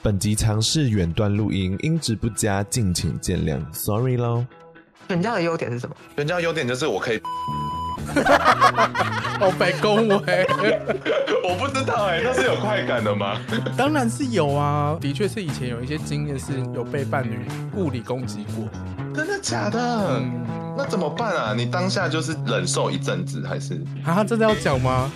本集尝试远端录音，音质不佳，敬请见谅 ，sorry 咯。 全家的优点是什么？ 全家优点就是我可以好被恭维， 我不知道那是有快感的吗？ 当然是有啊，的确是以前有一些经验是有被伴侣物理攻击过。 真的假的？那怎么办啊？你当下就是忍受一阵子还是？ 啊，真的要讲吗？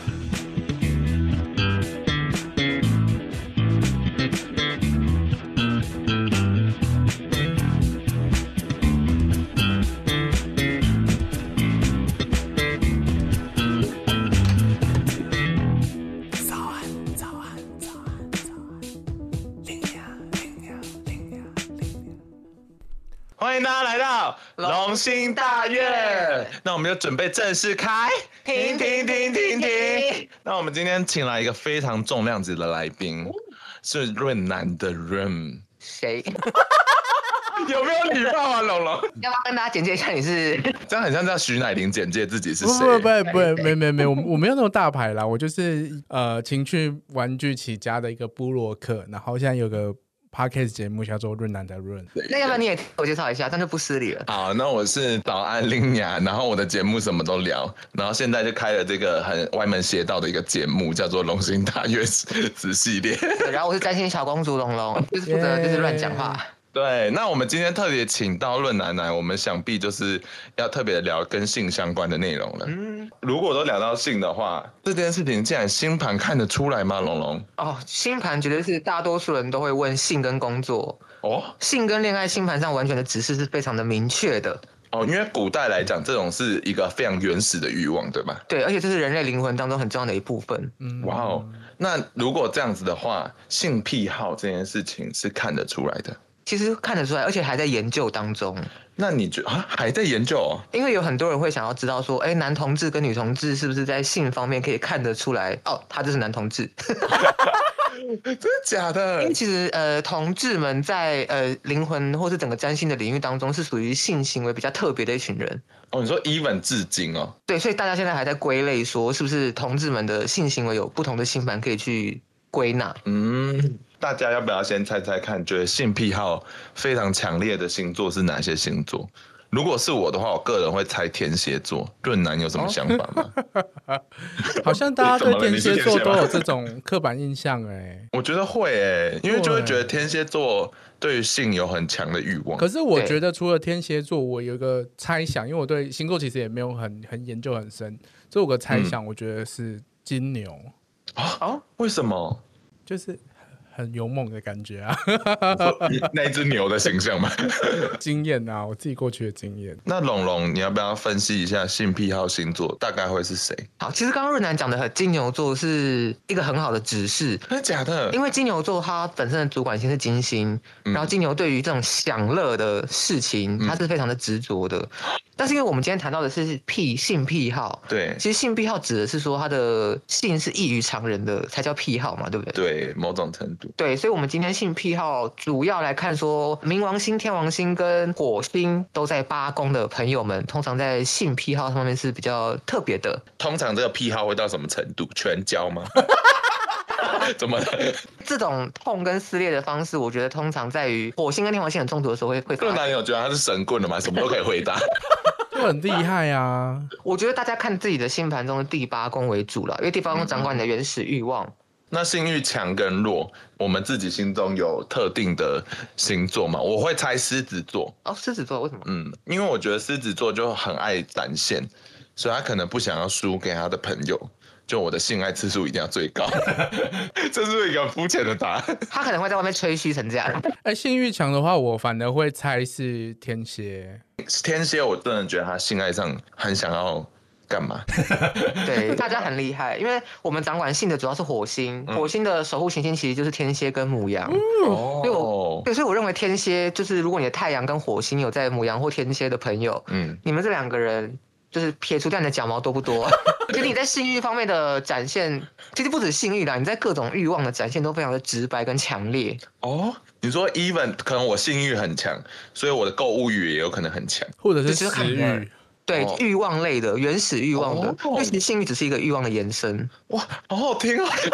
欢迎大家来到龙兴大院，那我们就准备正式开，停！那我们今天请来一个非常重量级的来宾，是润南的润。 谁？ 有没有礼貌啊，龙龙？ 要不要跟大家简介一下你是？ 这样很像在徐乃麟简介自己是谁？ 不，没，我没有那么大牌啦，我就是情趣玩具起家的一个部落客，然后现在有个Podcast 节目叫做润南的润， 那要不然你也自我介绍一下，这样就不失礼了。 好，那我是早安林雅，然后我的节目什么都聊，然后现在就开了这个很歪门邪道的一个节目，叫做龙兴大悦子系列。 对，然后我是占星小公主龙龙，就是负责就是乱讲话。 对，那我们今天特别请到润南来，我们想必就是要特别聊跟性相关的内容了。如果都聊到性的话，这件事情竟然星盘看得出来吗？龙龙？ 哦，星盘绝对是大多数人都会问性跟工作。性跟恋爱星盘上完全的指示是非常的明确的。 因为古代来讲，这种是一个非常原始的欲望，对吧？ 对，而且这是人类灵魂当中很重要的一部分。 哇哦，那如果这样子的话，性癖好这件事情是看得出来的。 其实看得出来，而且还在研究当中。 那你觉得还在研究哦？ 因为有很多人会想要知道说，男同志跟女同志是不是在性方面可以看得出来？哦，他就是男同志。 真的假的？ 因为其实同志们在灵魂或是整个占星的领域当中，是属于性行为比较特别的一群人。 你说 even 至今哦？ 对，所以大家现在还在归类说，是不是同志们的性行为有不同的星盘可以去归纳？ 大家要不要先猜猜看，觉得性癖好非常强烈的星座是哪些星座？如果是我的话，我个人会猜天蝎座。润南有什么想法吗？ 好像大家对天蝎座都有这种刻板印象我觉得会因为就会觉得天蝎座对于性有很强的欲望。 可是我觉得除了天蝎座，我有一个猜想，因为我对星座其实也没有很研究很深，所以我有个猜想，我觉得是金牛。 为什么？ 就是很勇猛的感觉啊。 那一只牛的形象吗？ 经验啊，我自己过去的经验。 那龙龙，你要不要分析一下性癖好星座大概会是谁？ 好，其实刚刚润南讲的金牛座是一个很好的指示。 真的假的？ 因为金牛座它本身的主管星是金星，然后金牛对于这种享乐的事情，它是非常的执着的。但是因为我们今天谈到的是性癖好， 对， 其实性癖好指的是说他的性是异于常人的，才叫癖好嘛，对不对？ 对，某种程度。 对，所以我们今天性癖好主要来看说，冥王星、天王星跟火星都在8宫的朋友们，通常在性癖好上面是比较特别的。 通常这个癖好会到什么程度？全交吗？怎么了？ 这种痛跟撕裂的方式，我觉得通常在于火星跟天王星很冲突的时候会发生。 润南有觉得他是神棍了吗？什么都可以回答。 就很厉害啊！ 我觉得大家看自己的星盘中的第8宫为主了，因为第8宫掌管你的原始欲望。 那性欲强跟弱，我们自己心中有特定的星座吗？我会猜狮子座。 狮子座为什么？ 因为我觉得狮子座就很爱展现，所以他可能不想要输给他的朋友。就我的性爱次数一定要最高。这是一个肤浅的答案。 他可能会在外面吹嘘成这样。 性欲强的话，我反而会猜是天蝎。 天蝎，我真的觉得他性爱上很想要干嘛？ 对，大家很厉害，因为我们掌管性的主要是火星，火星的守护行星其实就是天蝎跟牡羊。对，所以我认为天蝎就是如果你的太阳跟火星有在牡羊或天蝎的朋友，你们这2个人。就是撇除掉你的脚毛多不多，其实你在性欲方面的展现，其实不止性欲啦，你在各种欲望的展现都非常的直白跟强烈。 你说 even 可能我性欲很强，所以我的购物欲也有可能很强， 或者是食欲。 对，欲望类的原始欲望的，因为其实性欲只是一个欲望的延伸。 哇，好好听哦。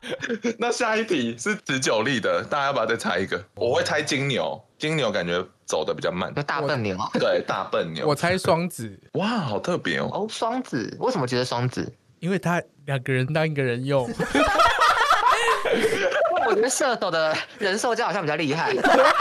那下一题是持久力的，大家要不要再猜一个？我会猜金牛，金牛感觉走的比较慢。 大笨牛。 对，大笨牛。 我猜双子。 哇，好特别哦。 哦，双子，为什么觉得双子？ 因为他2个人当1个人用。 我觉得射手的人兽交好像比较厉害。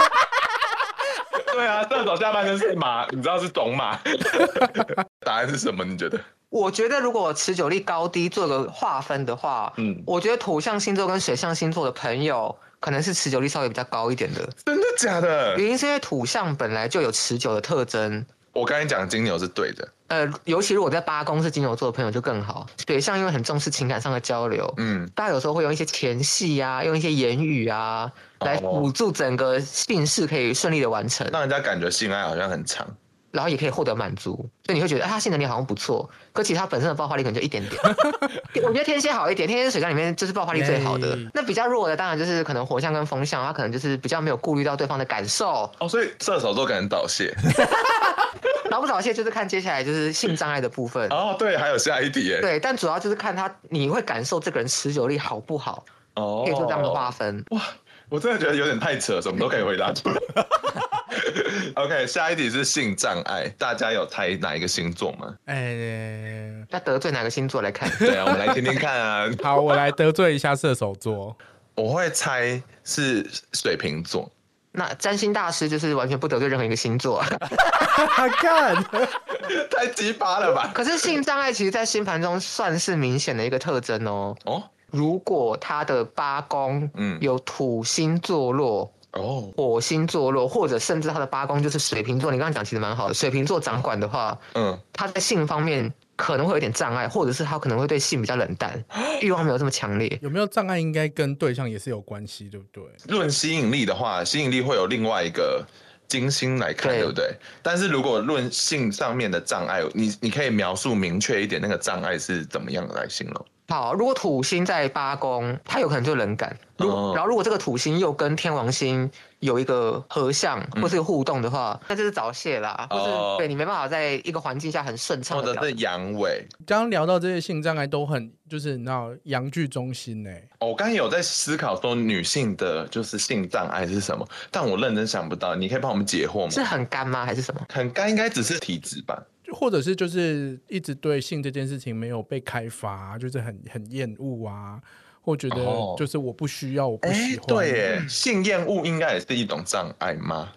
对啊，射手下半身是马，你知道是种马。答案是什么？你觉得？ 我觉得如果持久力高低做个划分的话，我觉得土象星座跟水象星座的朋友可能是持久力稍微比较高一点的。 真的假的？ 原因是因为土象本来就有持久的特征。 我刚才讲金牛是对的。 尤其如果在8宫是金牛座的朋友就更好。水象因为很重视情感上的交流，大家有时候会用一些前戏啊，用一些言语啊，来辅助整个性事可以顺利的完成， 让人家感觉性爱好像很长， 然后也可以获得满足，所以你会觉得他性能力好像不错，可其实他本身的爆发力可能就一点点。我觉得天蝎好一点，天蝎是水象里面就是爆发力最好的。那比较弱的当然就是可能火象跟风象，他可能就是比较没有顾虑到对方的感受。 哦，所以射手座可能早泄。 早不早泄就是看接下来就是性障碍的部分。 哦，对，还有下一题耶。 对，但主要就是看你会感受这个人持久力好不好。哦，可以做这样的划分。 哇，我真的觉得有点太扯，什么都可以回答出来。OK， 下一题是性障碍，大家有猜哪一个星座吗？ 要得罪哪个星座来看？ 对啊，我们来听听看啊。 好，我来得罪一下射手座。 我会猜是水瓶座。 那占星大师就是完全不得罪任何一个星座。 干， 太鸡巴了吧？ 可是性障碍其实，在星盘中算是明显的一个特征哦。如果他的8宫有土星坐落。火星坐落，或者甚至他的8宫就是水瓶座，你刚刚讲其实蛮好的。水瓶座掌管的话，他在性方面可能会有点障碍，或者是他可能会对性比较冷淡，欲望没有这么强烈。 有没有障碍应该跟对象也是有关系，对不对？ 论吸引力的话，吸引力会有另外一个金星来看， 对不对？但是如果论性上面的障碍，你可以描述明确一点，那个障碍是怎么样来形容？ 好，如果土星在8宫，它有可能就冷感。然后如果这个土星又跟天王星有一个合相或是一个互动的话，那就是早泄啦，或是对你没办法在一个环境下很顺畅的表现。 或者是阳痿。 刚刚聊到这些性障碍都很就是你知道阳具中心呢。 我刚才有在思考说女性的就是性障碍是什么，但我认真想不到，你可以帮我们解惑吗？ 是很干吗？还是什么？ 很干应该只是体质吧。 或者是就是一直对性这件事情没有被开发，就是很厌恶啊，或觉得就是我不需要，我不喜欢。 对耶，性厌恶应该也是一种障碍吗？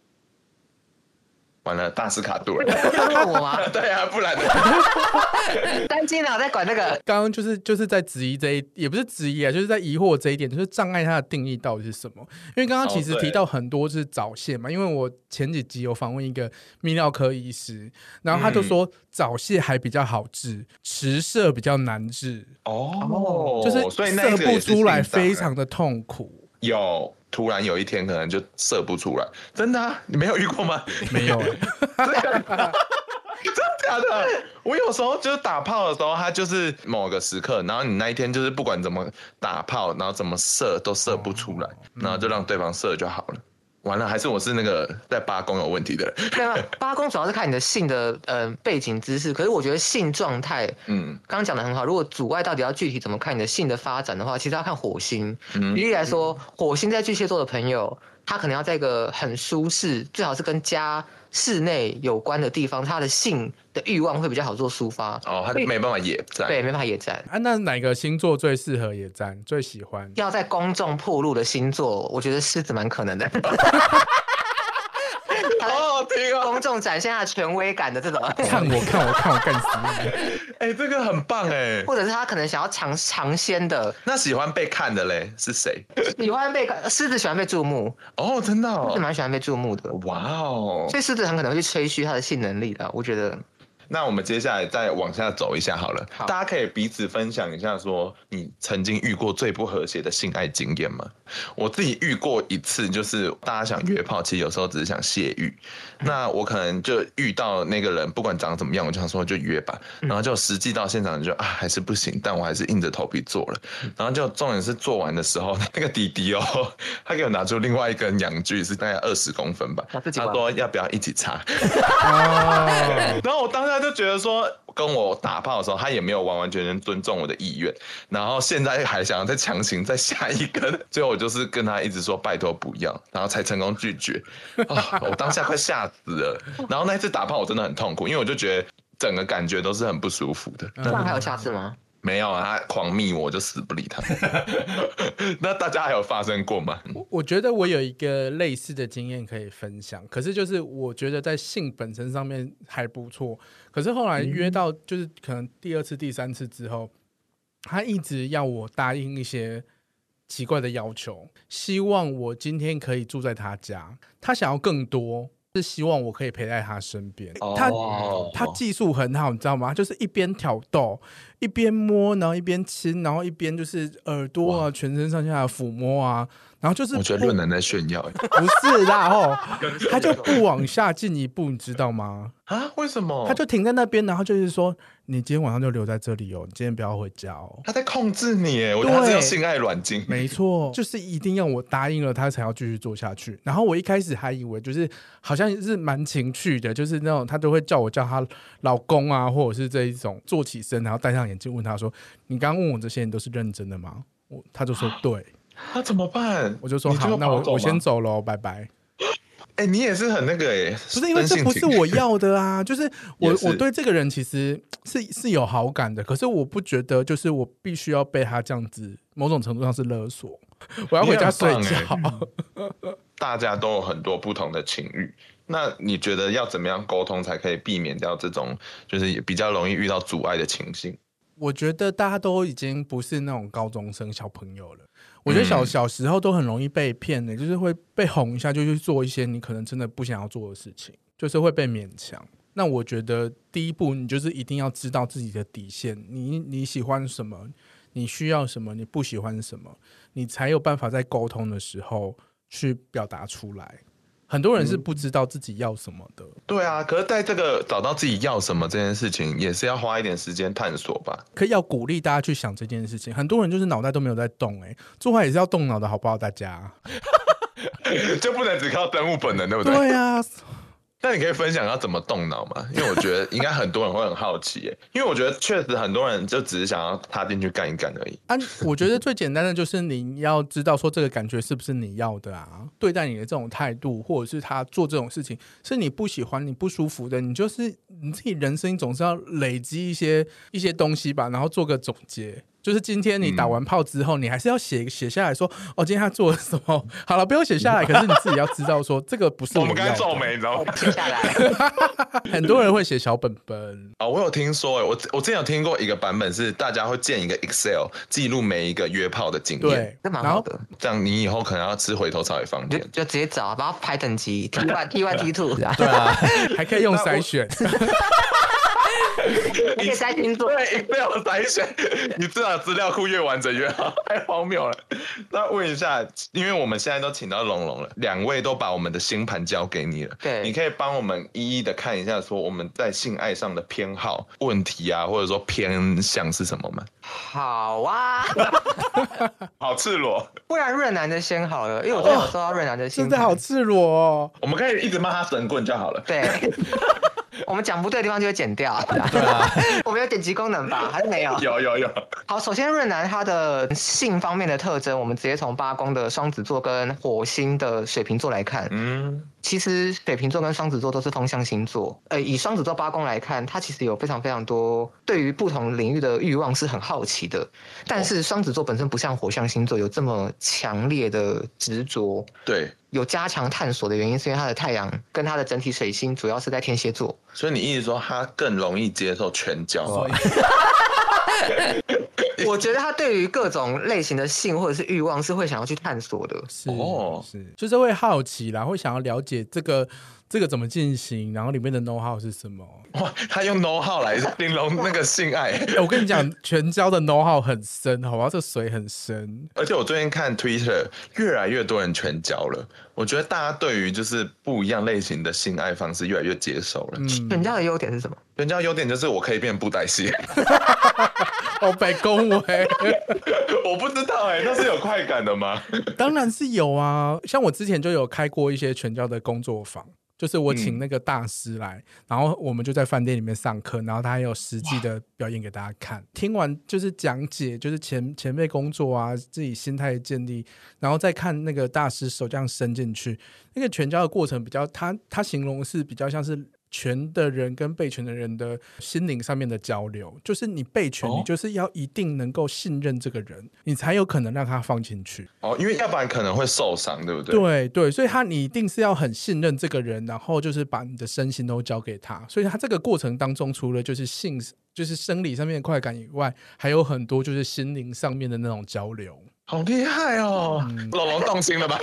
完了，大师卡住了。 问我吗？ 对啊，不然呢？ 单机脑在管那个。 刚刚就是在质疑这一，也不是质疑啊，就是在疑惑这一点，就是障碍它的定义到底是什么？因为刚刚其实提到很多是早泄嘛，因为我前几集有访问一个泌尿科医师，然后他就说早泄还比较好治，迟射比较难治。就是射不出来，非常的痛苦。 有。突然有一天可能就射不出来，真的啊？你没有遇过吗？ 没有。 真的假的？我有时候就是打炮的时候，它就是某个时刻，然后你那一天就是不管怎么打炮，然后怎么射都射不出来，然后就让对方射就好了。完了，还是我是那个在8宫有问题的人。 对啊，8宫主要是看你的性的背景知识，可是我觉得性状态，刚刚讲的很好。如果阻碍到底要具体怎么看你的性的发展的话，其实要看火星。举例来说，火星在巨蟹座的朋友，他可能要在一个很舒适，最好是跟家室内有关的地方，他的性的欲望会比较好做抒发。 他没办法野战。 对，没办法野战。 那哪个星座最适合野战？最喜欢？ 要在公众暴露的星座，我觉得狮子蛮可能的。公众展现他的权威感的这种， 看我干死你！这个很棒哎。 或者是他可能想要尝鲜的。 那喜欢被看的嘞是谁？ 喜欢被狮子喜欢被注目真的狮子蛮喜欢被注目的。 哇哦！ 所以狮子很可能会去吹嘘他的性能力的，我觉得。 那我们接下来再往下走一下好了，大家可以彼此分享一下，说你曾经遇过最不和谐的性爱经验吗？我自己遇过一次，就是大家想约炮，其实有时候只是想泄欲。那我可能就遇到那个人，不管长怎么样，我就想说就约吧。然后就实际到现场就还是不行，但我还是硬着头皮做了。然后就重点是做完的时候，那个弟弟他给我拿出另外一根阳具，是大概20公分吧。他说要不要一起插？然后我当下他就觉得说跟我打炮的时候，他也没有完完全全尊重我的意愿，然后现在还想要再强行再下一根，最后我就是跟他一直说拜托不要，然后才成功拒绝。我当下快吓死了。然后那一次打炮我真的很痛苦，因为我就觉得整个感觉都是很不舒服的。 这样还有下次吗？ 没有啊，他狂密我就死不理他。那大家还有发生过吗？ 我觉得我有一个类似的经验可以分享，可是就是我觉得在性本身上面还不错，可是后来约到就是可能第二次第三次之后，他一直要我答应一些奇怪的要求，希望我今天可以住在他家，他想要更多，是希望我可以陪在他身边。他技术很好，你知道吗？就是一边挑逗，一边摸，然后一边亲，然后一边就是耳朵啊、全身上下的抚摸啊，然后就是我觉得论人在炫耀。 不是啦吼，他就不往下进一步，你知道吗？ 啊？为什么？ 他就停在那边，然后就是说，你今天晚上就留在这里哦，你今天不要回家哦。 他在控制你耶，我觉得他是要性爱软禁。 没错，就是一定要我答应了他才要继续做下去。然后我一开始还以为就是好像是蛮情趣的，就是那种他都会叫我叫他老公啊，或者是这一种坐起身，然后戴上眼镜问他说：“你刚刚问我这些，你都是认真的吗？”他就说：“对。” 那怎么办？ 我就说：“好，那我先走了，拜拜。” 你也是很那个不是因为这不是我要的啊，就是我对这个人其实是有好感的，可是我不觉得就是我必须要被他这样子，某种程度上是勒索，我要回家睡觉。 大家都有很多不同的情欲，那你觉得要怎么样沟通才可以避免掉这种就是比较容易遇到阻碍的情形？ 我觉得大家都已经不是那种高中生小朋友了，我觉得小时候都很容易被骗的，就是会被哄一下就去做一些你可能真的不想要做的事情，就是会被勉强。那我觉得第一步你就是一定要知道自己的底线，你喜欢什么，你需要什么，你不喜欢什么，你才有办法在沟通的时候去表达出来。很多人是不知道自己要什么的。 对啊，可是在这个找到自己要什么这件事情，也是要花一点时间探索吧。 可以要鼓励大家去想这件事情。很多人就是脑袋都没有在动，做爱也是要动脑的，好不好？大家就不能只靠生物本能，对不对？ 对啊。 那你可以分享要怎么动脑吗？因为我觉得应该很多人会很好奇因为我觉得确实很多人就只是想要踏进去干一干而已我觉得最简单的就是你要知道说这个感觉是不是你要的啊，对待你的这种态度，或者是他做这种事情是你不喜欢你不舒服的，你就是你自己人生总是要累积一些东西吧，然后做个总结。就是今天你打完炮之后，你还是要写下来说，今天他做了什么。好了，不要写下来，可是你自己要知道说，这个不是我们刚才皱眉，你知道吗？ 写下来。 很多人会写小本本我有听说我之前有听过一个版本是大家会建一个 Excel 记录每一个约炮的经验， 对， 这蛮好的。 这样你以后可能要吃回头草也方便， 就直接找，把它排等级 T1、T2， 对啊，还可以用筛选。 可以筛星座， 对 Excel 筛选，你至少资料库越完整越好，太荒谬了。那问一下，因为我们现在都请到龙龙了，两位都把我们的星盘交给你了， 对， 你可以帮我们一一的看一下，说我们在性爱上的偏好、问题啊，或者说偏向是什么吗？ 好啊， 好赤裸。 不然润南的先好了，因为我最近有收到润南的星盘， 真的好赤裸哦。 我们可以一直骂他神棍就好了。 对。我们讲不对的地方就会剪掉。对啊，我们有点击功能吧？还是没有？ 有。 好，首先润南他的性方面的特征，我们直接从八宫的双子座跟火星的水瓶座来看。其实水瓶座跟双子座都是风象星座。以双子座八宫来看，他其实有非常非常多对于不同领域的欲望是很好奇的。但是双子座本身不像火象星座有这么强烈的执着。 对。 有加强探索的原因是因为他的太阳跟他的整体水星主要是在天蝎座， 所以你意思说他更容易接受全交？ 我觉得他对于各种类型的性或者是欲望是会想要去探索的， 是，就是会好奇啦，会想要了解这个怎么进行，然后里面的 know how 是什么。 哇，他用 know how 来形容那个性爱。 我跟你讲，全交的 know how 很深，好吧，这水很深。 而且我最近看 Twitter， 越来越多人全交了。我觉得大家对于就是不一样类型的性爱方式越来越接受了。 全交的优点是什么？ 全交优点就是我可以变布袋戏。 被恭维。 我不知道那是有快感的吗？ 当然是有啊，像我之前就有开过一些全交的工作坊。 就是我请那个大师来，然后我们就在饭店里面上课，然后他还有实际的表演给大家看。听完就是讲解，就是前辈工作啊，自己心态的建立，然后再看那个大师手这样伸进去，那个拳交的过程比较，他形容是比较像是拳的人跟被拳的人的心灵上面的交流，就是你被拳，你就是要一定能够信任这个人，你才有可能让他放进去。 因为要不然可能会受伤，对不对？ 对对，所以你一定是要很信任这个人，然后就是把你的身心都交给他。所以他这个过程当中，除了就是就是生理上面的快感以外，还有很多就是心灵上面的那种交流。 好厉害哦！龙龙动心了吧？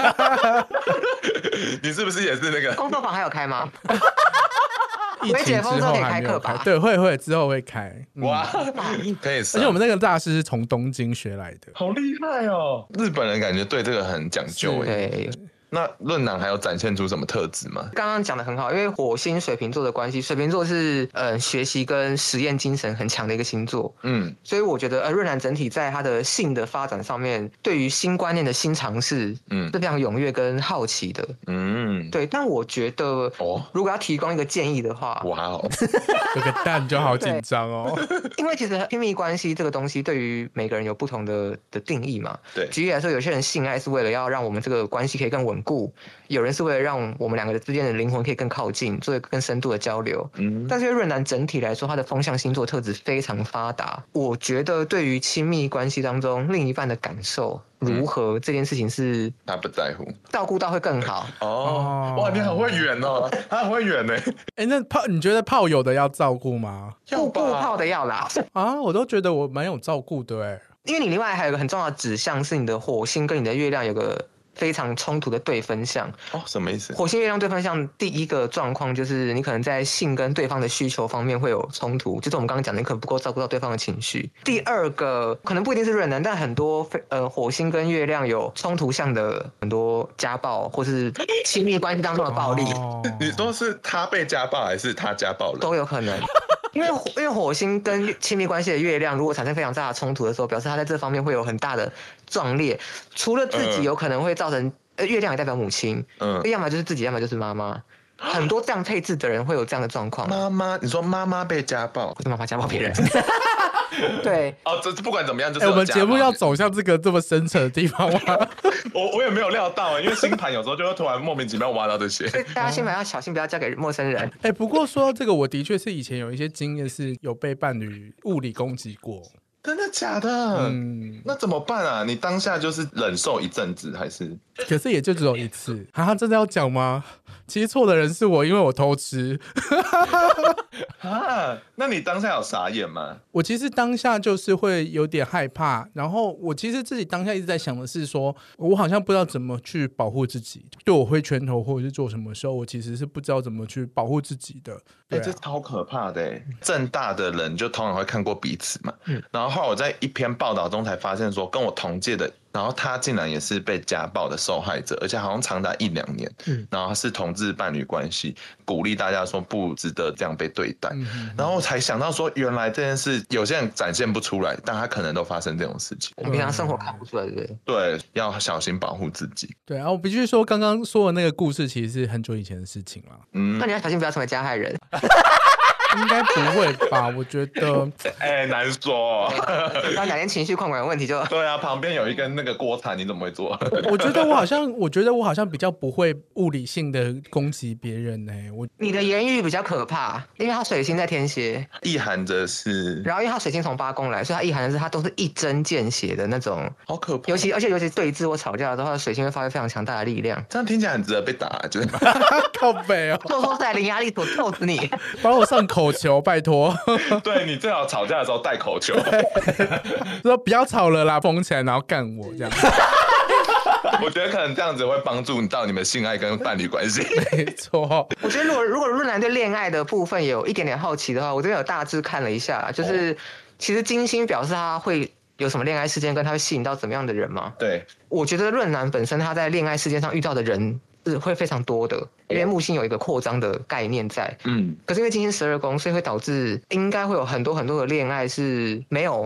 你是不是也是那个工作坊还有开吗？ 疫情之后还没有开，对，会之后会开。 哇，可以。而且我们那个大师是从东京学来的， 好厉害哦！日本人感觉对这个很讲究哎。那论男还有展现出什么特质吗？ 刚刚讲的很好，因为火星水瓶座的关系，水瓶座是学习跟实验精神很强的一个星座，所以我觉得润男整体在他的性的发展上面，对于新观念的新尝试，是非常踊跃跟好奇的，对。但我觉得，如果要提供一个建议的话， 哇哦， 这个蛋就好紧张哦， 因为其实亲密关系这个东西，对于每个人有不同的定义嘛。 对， 举例来说，有些人性爱是为了要让我们这个关系可以更稳固，有人是为了让我们两个之间的灵魂可以更靠近，做一个更深度的交流。但是因为润男整体来说，他的风象星座特质非常发达，我觉得对于亲密关系当中另一半的感受如何这件事情是他不在乎， 照顾到会更好。 哇，你好会远哦，他很会远呢。 那你觉得炮友的要照顾吗？ 不顾炮的要啦。 我都觉得我蛮有照顾的哎。 因为你另外还有一个很重要的指向是你的火星跟你的月亮有个非常冲突的对分项。 什么意思？ 火星月亮对分项第一个状况就是你可能在性跟对方的需求方面会有冲突，就是我们刚刚讲的你可能不够照顾到对方的情绪。第二个可能不一定是润男，但很多火星跟月亮有冲突项的很多家暴或是亲密关系当中的暴力。 你说是他被家暴还是他家暴了？ 都有可能。因为火星跟亲密关系的月亮如果产生非常大的冲突的时候，表示他在这方面会有很大的壮烈，除了自己有可能会造成月亮也代表母亲，要么就是自己，要么就是妈妈。很多这样配置的人会有这样的状况。 妈妈，你说妈妈被家暴， 不是妈妈家暴别人。对， 这不管怎么样，就是我们节目要走向这么深层的地方吗？ 我也没有料到，因为星盘有时候就会突然莫名其妙挖到这些。 所以大家星盘要小心，不要交给陌生人。 不过说到这个，我的确是以前有一些经验，是有被伴侣物理攻击过。 真的假的？那怎么办啊？你当下就是忍受一阵子，还是？ 可是也就只有一次啊！真的要讲吗？其实错的人是我，因为我偷吃。 那你当下有傻眼吗？ 我其实当下就是会有点害怕，然后我其实自己当下一直在想的是说，我好像不知道怎么去保护自己。对我挥拳头或者是做什么时候，我其实是不知道怎么去保护自己的。 这超可怕的。政大的人就通常会看过彼此嘛，然后后来我在一篇报道中才发现说，跟我同届的，然后他竟然也是被家暴的受害者，而且好像长达1-2年，然后他是同志伴侣关系，鼓励大家说不值得这样被对待，然后我才想到说，原来这件事有些人展现不出来，但他可能都发生这种事情， 我们平常生活看不出来，对不对？ 对，要小心保护自己。 对啊，我必须说，刚刚说的那个故事其实是很久以前的事情了。 那你要小心不要成为加害人。 应该不会吧？我觉得， 难说。 那哪天情绪控管有问题就…… 对啊，旁边有一根那个锅铲，你怎么会做？ 我觉得我好像比较不会物理性的攻击别人呢。 你的言语比较可怕，因为他水星在天蝎， 意含着是， 然后因为他水星从8宫来，所以他意含的是他都是一针见血的那种， 好可怕。 尤其对峙或吵架的话，水星会发挥非常强大的力量。 这样听起来很值得被打，就是靠北哦， 做错事零压力所揍死你， 把我上口球，拜托。 对，你最好吵架的时候带口球， 说不要吵了啦，疯起来然后干我这样。 我觉得可能这样子会帮助到你们性爱跟伴侣关系。 没错， 我觉得如果润男对恋爱的部分有一点点好奇的话，我这边有大致看了一下，就是其实金星表示他会有什么恋爱事件，跟他会吸引到怎么样的人吗？ 对， 我觉得润男本身他在恋爱事件上遇到的人是会非常多的，因为木星有一个扩张的概念在，可是因为金星12宫，所以会导致应该会有很多很多的恋爱是没有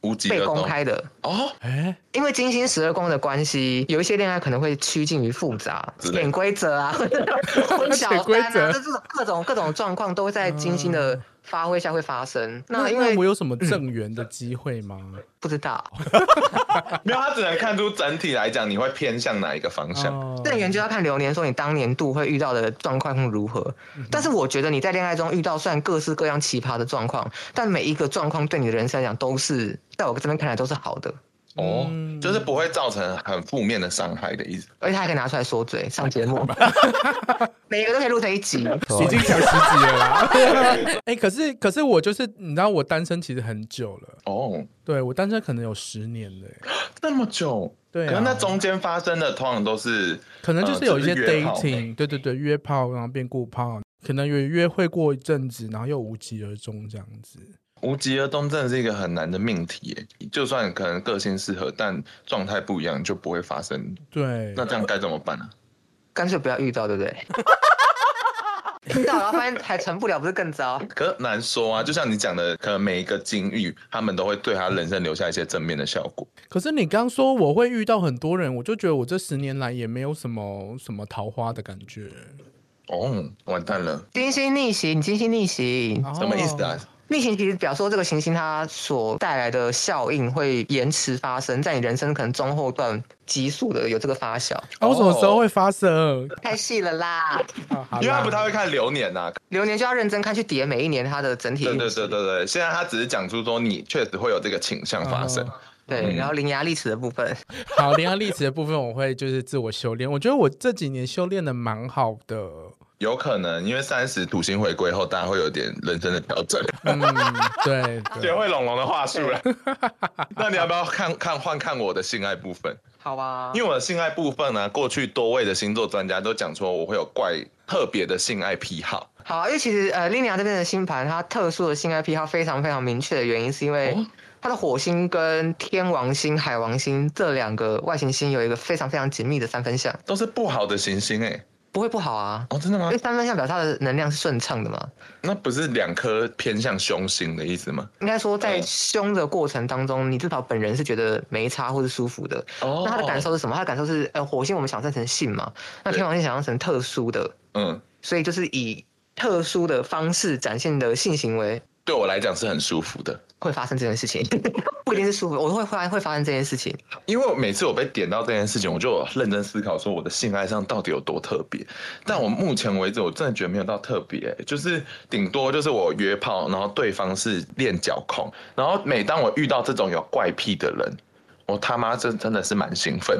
被公开的哦。 因为金星12宫的关系，有一些恋爱可能会趋近于复杂、潜规则啊、混小三啊，这种各种状况都会在金星的发挥下会发生。 那因为我有什么正缘的机会吗？ 不知道， 没有，他只能看出整体来讲你会偏向哪一个方向。 正缘就要看流年，说你当年度会遇到的状况如何。但是我觉得你在恋爱中遇到虽然各式各样奇葩的状况，但每一个状况对你的人生来讲都是，在我这边看来都是好的。 就是不会造成很负面的伤害的意思， 而且他还可以拿出来说嘴上节目，每一个都可以录成一集， 已经讲10集了啦。可是我就是你知道我单身其实很久了对我单身可能有10年了那么久。对，可是那中间发生的通常都是可能就是有一些 dating，对，约炮然后变固炮，可能有约会过一阵子，然后又无疾而终这样子。 无疾而终真的是一个很难的命题耶，就算可能个性适合，但状态不一样就不会发生。 对， 那这样该怎么办呢？ 干脆不要遇到，对不对？遇到然后发现还成不了，不是更糟？ 可是难说啊，就像你讲的，可能每一个境遇，他们都会对他人生留下一些正面的效果。 可是你刚说我会遇到很多人，我就觉得我这10年来也没有什么桃花的感觉。 完蛋了！ 金星逆行，金星逆行， 什么意思啊？ 逆行其实表示说这个行星它所带来的效应会延迟发生，在你人生可能中后段急速的有这个发酵。 我什么时候会发生？ 太细了啦， 因为他不太会看流年呐， 流年就要认真看去叠每一年它的整体。 对，现在他只是讲出说你确实会有这个倾向发生。 对，然后伶牙俐齿的部分， 好，伶牙俐齿的部分我会就是自我修炼。我觉得我这几年修炼的蛮好的。 有可能因为30土星回归后，大家会有点人生的调整。 对， 学会龙龙的话术了。那你要不要看我的性爱部分？ 好吧， 因为我的性爱部分呢，过去多位的星座专家都讲说我会有特别的性爱癖好。 好，因为其实Linia 这边的星盘，它特殊的性爱癖好非常非常明确的原因，是因为它的火星跟天王星、海王星这2个外行星有一个非常非常紧密的3分相， 都是不好的行星不会不好啊。 真的吗？ 因为3分相表示它的能量是顺畅的嘛。 那不是2颗偏向凶星的意思吗？ 应该说在凶的过程当中，你至少本人是觉得没差或是舒服的。那他的感受是什么？他的感受是火星我们想象成性嘛，那天王星想象成特殊的，所以就是以特殊的方式展现的性行为， 对我来讲是很舒服的。 会发生这件事情，不一定是舒服，我会发生这件事情。因为每次我被点到这件事情，我就有认真思考说我的性爱上到底有多特别。但我目前为止，我真的觉得没有到特别，就是顶多就是我约炮，然后对方是练脚控，然后每当我遇到这种有怪癖的人，我他妈真的是蛮兴奋。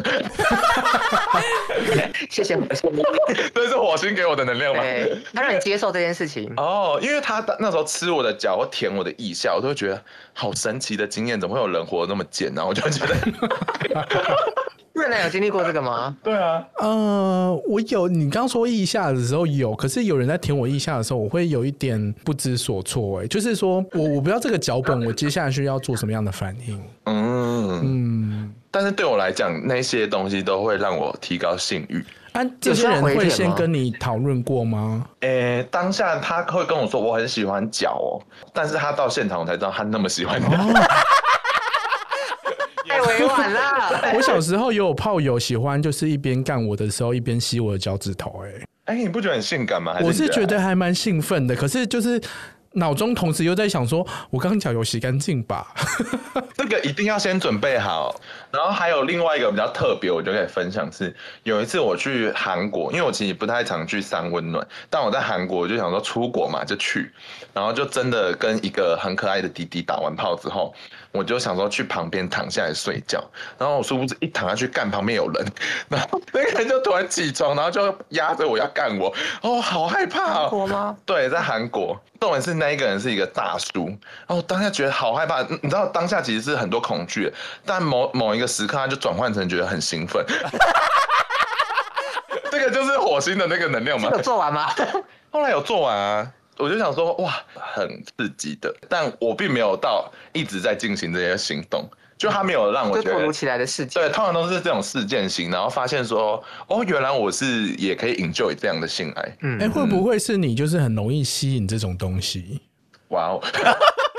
谢谢火星， 这是火星给我的能量吗？ 对，他让你接受这件事情。 因为他那时候吃我的脚或舔我的腋下，我都会觉得好神奇的经验，怎么会有人活得那么贱呢？我就觉得。 润南有经历过这个吗？ 对啊， 我有。你刚说腋下的时候有，可是有人在舔我腋下的时候，我会有一点不知所措。就是说我不知道这个脚本，我接下去要做什么样的反应。 但是对我来讲，那些东西都会让我提高性欲。 这些人会先跟你讨论过吗？ 当下他会跟我说我很喜欢脚但是他到现场我才知道他那么喜欢脚。 太委婉了。 我小时候也有炮友喜欢，就是一边干我的时候一边吸我的脚趾头。 你不觉得很性感吗？ 我是觉得还蛮兴奋的，可是就是脑中同时又在想说，我刚脚有洗干净吧？ 这个一定要先准备好。然后还有另外一个比较特别，我就可以分享是，有一次我去韩国，因为我其实不太常去三温暖，但我在韩国我就想说出国嘛就去，然后就真的跟一个很可爱的弟弟打完炮之后，我就想说去旁边躺下来睡觉，然后我殊不知一躺下去干旁边有人，然后那个人就突然起床，然后就压着我要干我，好害怕韩国吗？ 对，在韩国。重点是那一个人是一个大叔，然后我当下觉得好害怕，你知道当下其实是很多恐惧，但某一个时刻他就转换成觉得很兴奋。这个就是火星的那个能量吗？ 有做完吗？ 后来有做完啊，我就想说哇，很刺激的，但我并没有到一直在进行这些行动。就他没有让我觉得突如其来的事件， 对，通常都是这种事件型，然后发现说，原来我是也可以 enjoy 这样的性爱。 会不会是你就是很容易吸引这种东西？ 哇哦！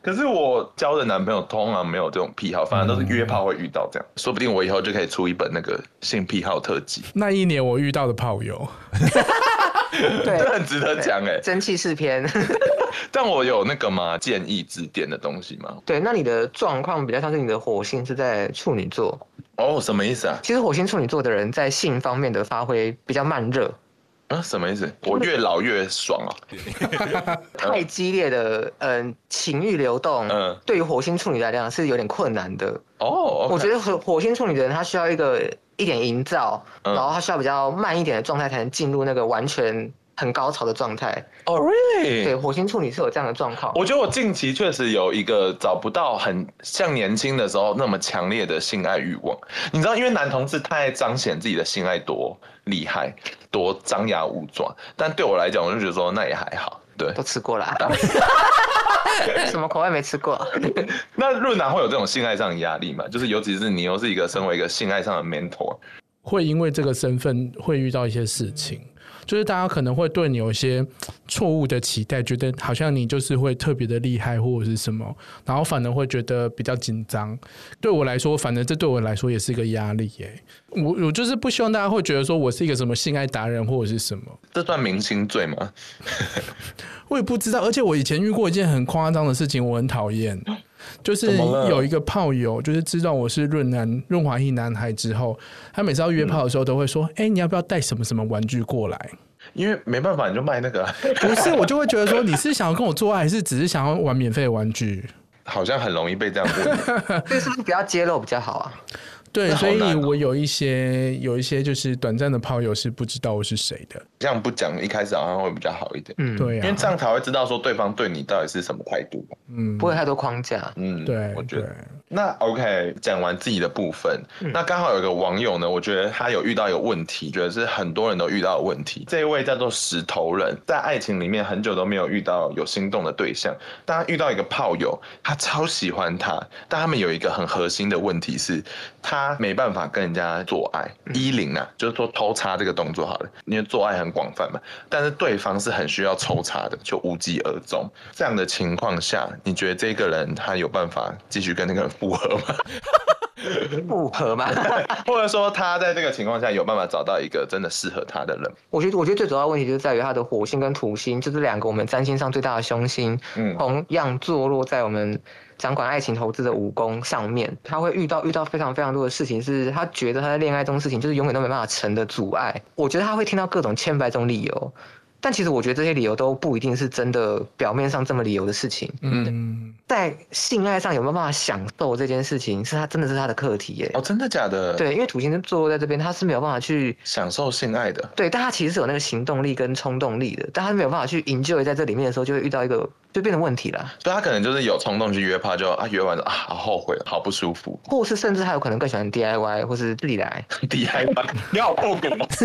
可是我交的男朋友通常没有这种癖好，反正都是约炮会遇到这样。说不定我以后就可以出一本那个性癖好特辑。 那一年我遇到的炮友， 对， 这很值得讲哎， 蒸汽式篇。 但我有那个吗？建议指点的东西吗？ 对，那你的状况比较像是你的火星是在处女座。 哦，什么意思啊？ 其实火星处女座的人在性方面的发挥比较慢热。 什么意思？我越老越爽啊！ 太激烈的情欲流动，对于火星处女来讲是有点困难的。 哦， 我觉得火星处女的人他需要一点营造，然后他需要比较慢一点的状态才能进入那个完全很高潮的状态。 哦 ，really？ 对，火星处女是有这样的状况。 我觉得我近期确实有一个找不到很像年轻的时候那么强烈的性爱欲望。你知道，因为男同志太爱彰显自己的性爱多厉害、多张牙舞爪，但对我来讲，我就觉得说那也还好。对， 都吃过了。什么口味没吃过？ 那润南会有这种性爱上的压力吗？就是尤其是你又是一个身为一个性爱上的 mentor， 会因为这个身份会遇到一些事情。就是大家可能会对你有一些错误的期待，觉得好像你就是会特别的厉害或者是什么，然后反而会觉得比较紧张。对我来说，反正这对我来说也是一个压力耶。我就是不希望大家会觉得说我是一个什么性爱达人或者是什么。 这算明星罪吗？ 我也不知道，而且我以前遇过一件很夸张的事情，我很讨厌。就是有一个炮友，就是知道我是润滑液男孩之后，他每次要约炮的时候都会说：“你要不要带什么什么玩具过来？” 因为没办法，你就卖那个。 不是，我就会觉得说，你是想要跟我做爱，还是只是想要玩免费的玩具？ 好像很容易被这样问。 这是不是不要揭露比较好啊？ 对，所以我有一些就是短暂的炮友是不知道我是谁的。 这样不讲，一开始好像会比较好一点。 对啊， 因为这样才会知道说对方对你到底是什么态度。 不会太多框架。 对， 我觉得。那 OK， 讲完自己的部分，那刚好有一个网友呢，我觉得他有遇到一个问题，觉得是很多人都遇到的问题。这一位叫做石头人，在爱情里面很久都没有遇到有心动的对象，但他遇到一个炮友，他超喜欢他，但他们有一个很核心的问题是，他没办法跟人家做爱，依零啊，就是说偷插这个动作好了，因为做爱很广泛嘛，但是对方是很需要抽插的，就无疾而终。这样的情况下，你觉得这个人他有办法继续跟那个人复合吗？ 复合吗？ 或者说他在这个情况下有办法找到一个真的适合他的人？ 我觉得最主要的问题就是在于他的火星跟土星，就是两个我们占星上最大的凶星，同样坐落在我们掌管爱情投资的5宫上面。他会遇到非常非常多的事情，是他觉得他在恋爱中的事情就是永远都没办法成的阻碍。我觉得他会听到各种千百种理由。但其实我觉得这些理由都不一定是真的表面上这么理由的事情。在性爱上有没有办法享受这件事情，真的是他的课题耶。 哦，真的假的？ 对，因为土星坐落在这边，他是没有办法去享受性爱的。 对，但他其实是有那个行动力跟冲动力的，但他没有办法去enjoy在这里面的时候，就会遇到一个就变成问题了。 对，他可能就是有冲动去约炮，就约完了好后悔，好不舒服， 或是甚至他有可能更喜欢 DIY 或是自己来。 DIY， 你好破梗哦。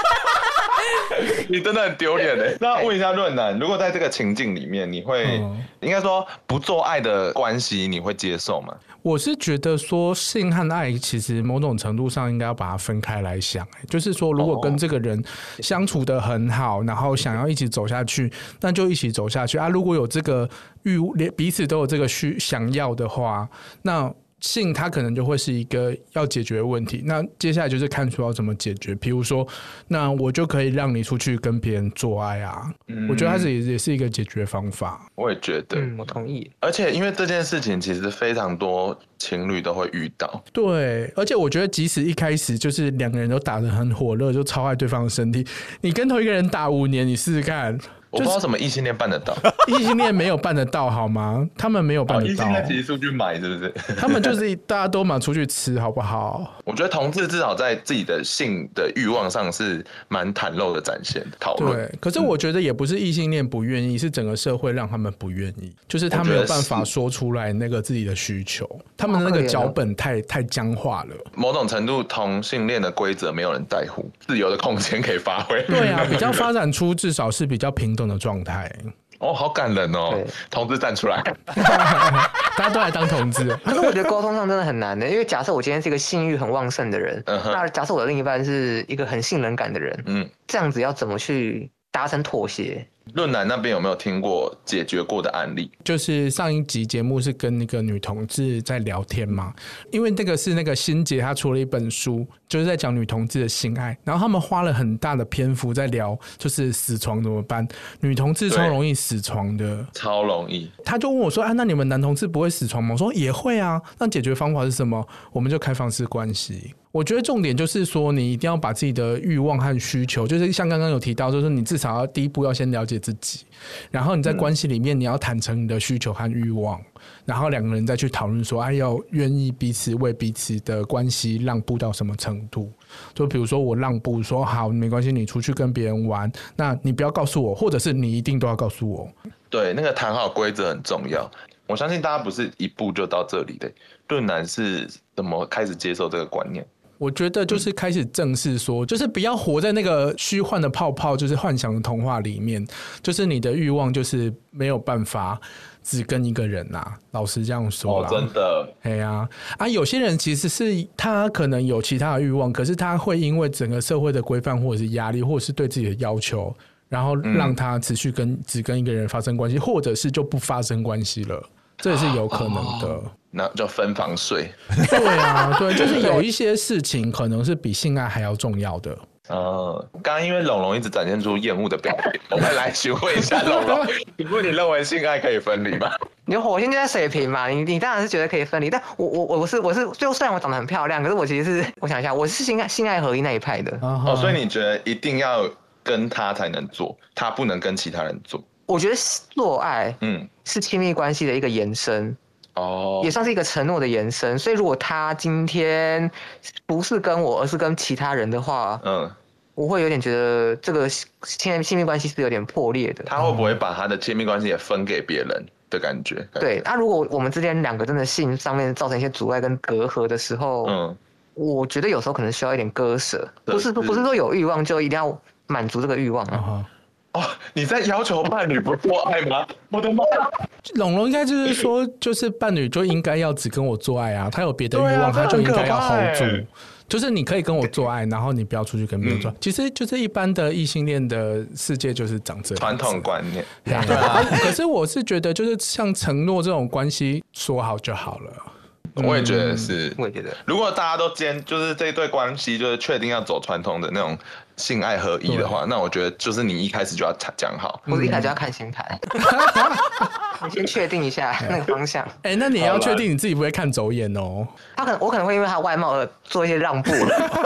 你真的很丢脸耶。那问一下润南，如果在这个情境里面，你会应该说不做爱的关系，你会接受吗？ 我是觉得说性和爱其实某种程度上应该要把它分开来想，就是说如果跟这个人相处得很好，然后想要一起走下去，那就一起走下去啊。如果有这个彼此都有这个想要的话，那性它可能就会是一个要解决的问题，那接下来就是看出要怎么解决。比如说，那我就可以让你出去跟别人做爱啊，我觉得它也是一个解决方法。 我也觉得， 我同意。 而且因为这件事情其实非常多情侣都会遇到。 对，而且我觉得即使一开始就是两个人都打得很火热，就超爱对方的身体，你跟同一个人打5年，你试试看。 我不知道什么异性恋办得到， 异性恋没有办得到好吗？他们没有办得到。 异性恋其实出去买是不是？ 他们就是大家都嘛出去吃好不好？ 我觉得同志至少在自己的性的欲望上是蛮袒露的展现讨论。 对，可是我觉得也不是异性恋不愿意，是整个社会让他们不愿意，就是他没有办法说出来那个自己的需求，他们的那个脚本太僵化了。 某种程度，同性恋的规则没有人在乎，自由的空间可以发挥。 对啊，比较发展出至少是比较平等的状态。 哦，好感人哦！同志站出来， 大家都来当同志。 可是我觉得沟通上真的很难的，因为假设我今天是一个性欲很旺盛的人，那假设我的另一半是一个很性冷感的人，这样子要怎么去达成妥协？ 论坛那边有没有听过解决过的案例？ 就是上一集节目是跟那个女同志在聊天嘛，因为那个是那个欣姐她出了一本书，就是在讲女同志的性爱，然后他们花了很大的篇幅在聊，就是死床怎么办？女同志超容易死床的， 超容易。 他就问我说：“啊，那你们男同志不会死床吗？”我说：“也会啊。”那解决方法是什么？我们就开放式关系。我觉得重点就是说，你一定要把自己的欲望和需求，就是像刚刚有提到，就是你至少要第一步要先了解自己，然后你在关系里面你要坦诚你的需求和欲望，然后两个人再去讨论说，要愿意彼此为彼此的关系让步到什么程度。就比如说我让步说好，没关系，你出去跟别人玩，那你不要告诉我，或者是你一定都要告诉我。 对，那个谈好规则很重要。我相信大家不是一步就到这里的，论坛是怎么开始接受这个观念？ 我觉得就是开始正视说，就是不要活在那个虚幻的泡泡，就是幻想的童话里面，就是你的欲望就是没有办法只跟一个人啊，老实这样说啦。 真的。 有些人其实是他可能有其他的欲望，可是他会因为整个社会的规范或者是压力，或者是对自己的要求，然后让他持续只跟一个人发生关系，或者是就不发生关系了，这也是有可能的。 那就分房睡。 对啊，对，就是有一些事情可能是比性爱还要重要的。 刚刚因为龙龙一直展现出厌恶的表现，我们来询问一下龙龙，请问你认为性爱可以分离吗？ 你火星就在水瓶嘛，你当然是觉得可以分离，但我是，就虽然我长得很漂亮，可是我其实是，我想一下，我是性爱合一那一派的。 所以你觉得一定要跟他才能做，他不能跟其他人做？ 我觉得做爱，是亲密关系的一个延伸。也算是一个承诺的延伸，所以如果他今天不是跟我，而是跟其他人的话，我会有点觉得这个亲密关系是有点破裂的。 他会不会把他的亲密关系也分给别人的感觉？ 对，如果我们之间两个真的性上面造成一些阻碍跟隔阂的时候，我觉得有时候可能需要一点割舍，不是说有欲望就一定要满足这个欲望啊。 你在要求伴侣不做爱吗？我的妈！ 龙龙应该就是说，就是伴侣就应该要只跟我做爱啊，他有别的欲望，他就应该要 hold 住。就是你可以跟我做爱，然后你不要出去跟别人做。其实就是一般的异性恋的世界就是长这样。 传统观念。 对啊。可是我是觉得，就是像承诺这种关系，说好就好了。 我也觉得是， 我也觉得， 如果大家都就是这对关系就是确定要走传统的那种性爱合一的话，那我觉得就是你一开始就要讲好， 或者一开始就要看星盘，你先确定一下那个方向。 那你要确定你自己不会看走眼哦。 我可能会因为他外貌而做一些让步。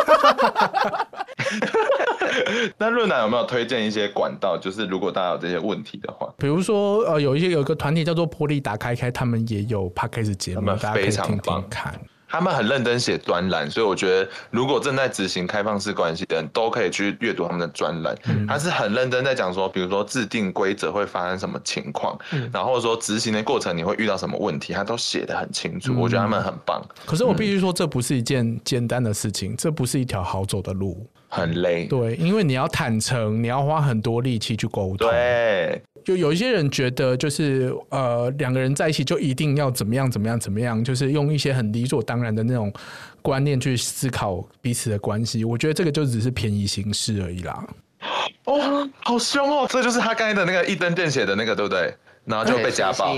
那论坛有没有推荐一些管道？就是如果大家有这些问题的话， 比如说有一个团体叫做玻璃打开，他们也有 podcast 节目，大家可以听听看。 他们很认真写专栏，所以我觉得如果正在执行开放式关系的人都可以去阅读他们的专栏。他是很认真在讲说，比如说制定规则会发生什么情况，然后或者说执行的过程你会遇到什么问题，他都写得很清楚。我觉得他们很棒。可是我必须说，这不是一件简单的事情，这不是一条好走的路。 很累。 对，因为你要坦诚，你要花很多力气去沟通。 对。 就有一些人觉得，就是两个人在一起就一定要怎么样，就是用一些很理所当然的那种观念去思考彼此的关系。我觉得这个就只是便宜行事而已啦。 好凶哦！这就是他刚才的那个一针见血的那个，对不对？然后就被家暴。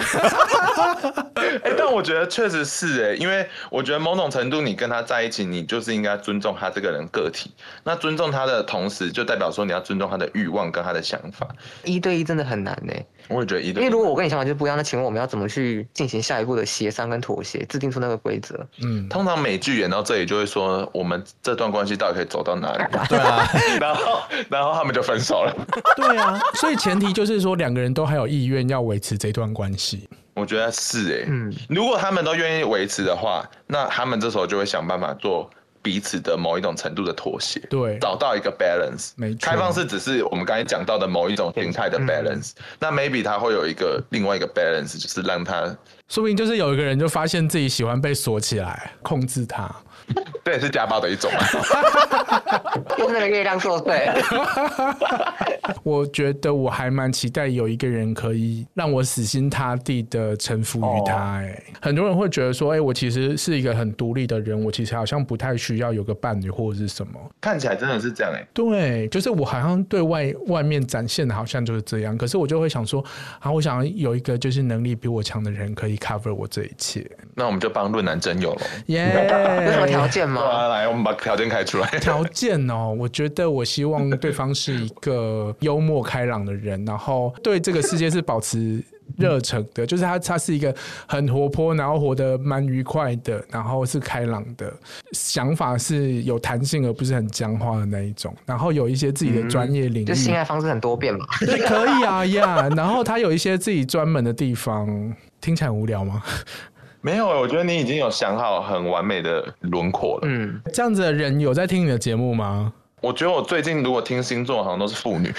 但我觉得确实是因为我觉得某种程度你跟他在一起，你就是应该尊重他这个人个体。那尊重他的同时，就代表说你要尊重他的欲望跟他的想法。 1对1真的很难我也觉得1对1， 因为如果我跟你想法就不一样，那请问我们要怎么去进行下一步的协商跟妥协，制定出那个规则？ 通常美剧演到这里就会说，我们这段关系到底可以走到哪里？ 对啊， 然后他们就分手了。 对啊，所以前提就是说两个人都还有意愿要维持这段关系。 我觉得是如果他们都愿意维持的话，那他们这时候就会想办法做彼此的某一种程度的妥协， 对， 找到一个 balance。 没错， 开放式只是我们刚才讲到的某一种形态的 balance，那 maybe 他会有另外一个 balance， 就是让他， 说不定就是有一个人就发现自己喜欢被锁起来，控制他。 这也是家暴的一种就是那个月亮作祟。 我觉得我还蛮期待有一个人可以让我死心塌地的臣服于他。很多人会觉得说，我其实是一个很独立的人，我其实好像不太需要有个伴侣或者是什么。 看起来真的是这样对，就是我好像对外面展现的好像就是这样，可是我就会想说，我想要有一个就是能力比我强的人可以 cover 我这一切。 那我们就帮润男征友了。 有什么条件吗？ 来，我们把条件开出来。 条件我觉得我希望对方是一个幽默开朗的人，然后对这个世界是保持热忱的，就是他是一个很活泼，然后活得蛮愉快的，然后是开朗的，想法是有弹性而不是很僵化的那一种，然后有一些自己的专业领域， 就性爱方式很多变嘛。 对，可以啊呀。然后他有一些自己专门的地方，听起来很无聊吗？ 没有，我觉得你已经有想好很完美的轮廓了。 这样子的人有在听你的节目吗？ 我觉得我最近如果听星座好像都是妇女。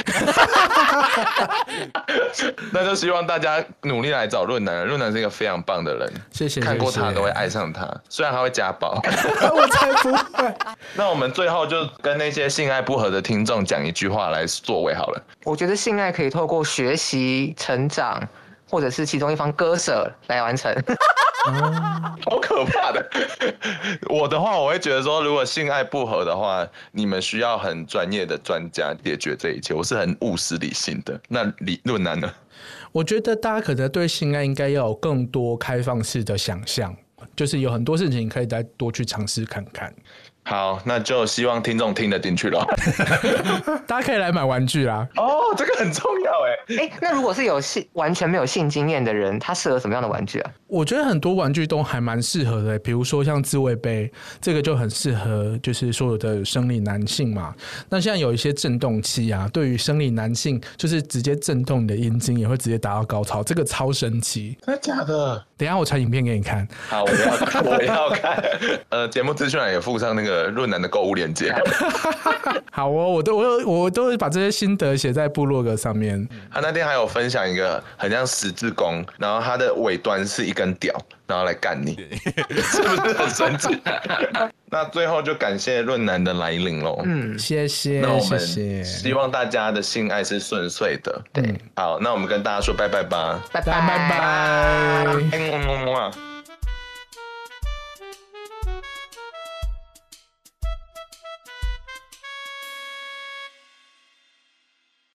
那就希望大家努力来找润男，润男是一个非常棒的人， 谢谢， 看过他都会爱上他，虽然他会家暴。 我才不会。 那我们最后就跟那些性爱不合的听众讲一句话来作为好了。 我觉得性爱可以透过学习、成长，或者是其中一方割舍来完成。 好可怕的！我的话，我会觉得说，如果性爱不合的话，你们需要很专业的专家解决这一切。我是很务实理性的。那润男呢？ 我觉得大家可能对性爱应该要有更多开放式的想象，就是有很多事情可以再多去尝试看看。 好，那就希望听众听得进去了。 大家可以来买玩具啦。 哦，这个很重要那如果是完全没有性经验的人，他适合什么样的玩具啊？ 我觉得很多玩具都还蛮适合的，比如说像自慰杯，这个就很适合就是所有的生理男性嘛。那现在有一些震动器啊，对于生理男性就是直接震动你的阴茎，也会直接达到高潮，这个超神奇。 真的假的？ 等一下我传影片给你看。 好，我要看。节目资讯栏也附上那个润男的购物链接。 好我都会把这些心得写在部落格上面。 他那天还有分享一个很像十字弓，然后他的尾端是一根屌，然后来干你，是不是很神奇？那最后就感谢润男的来临喽。 谢谢。 那我们希望大家的性爱是顺遂的。 对， 好，那我们跟大家说拜拜吧。 拜拜拜拜。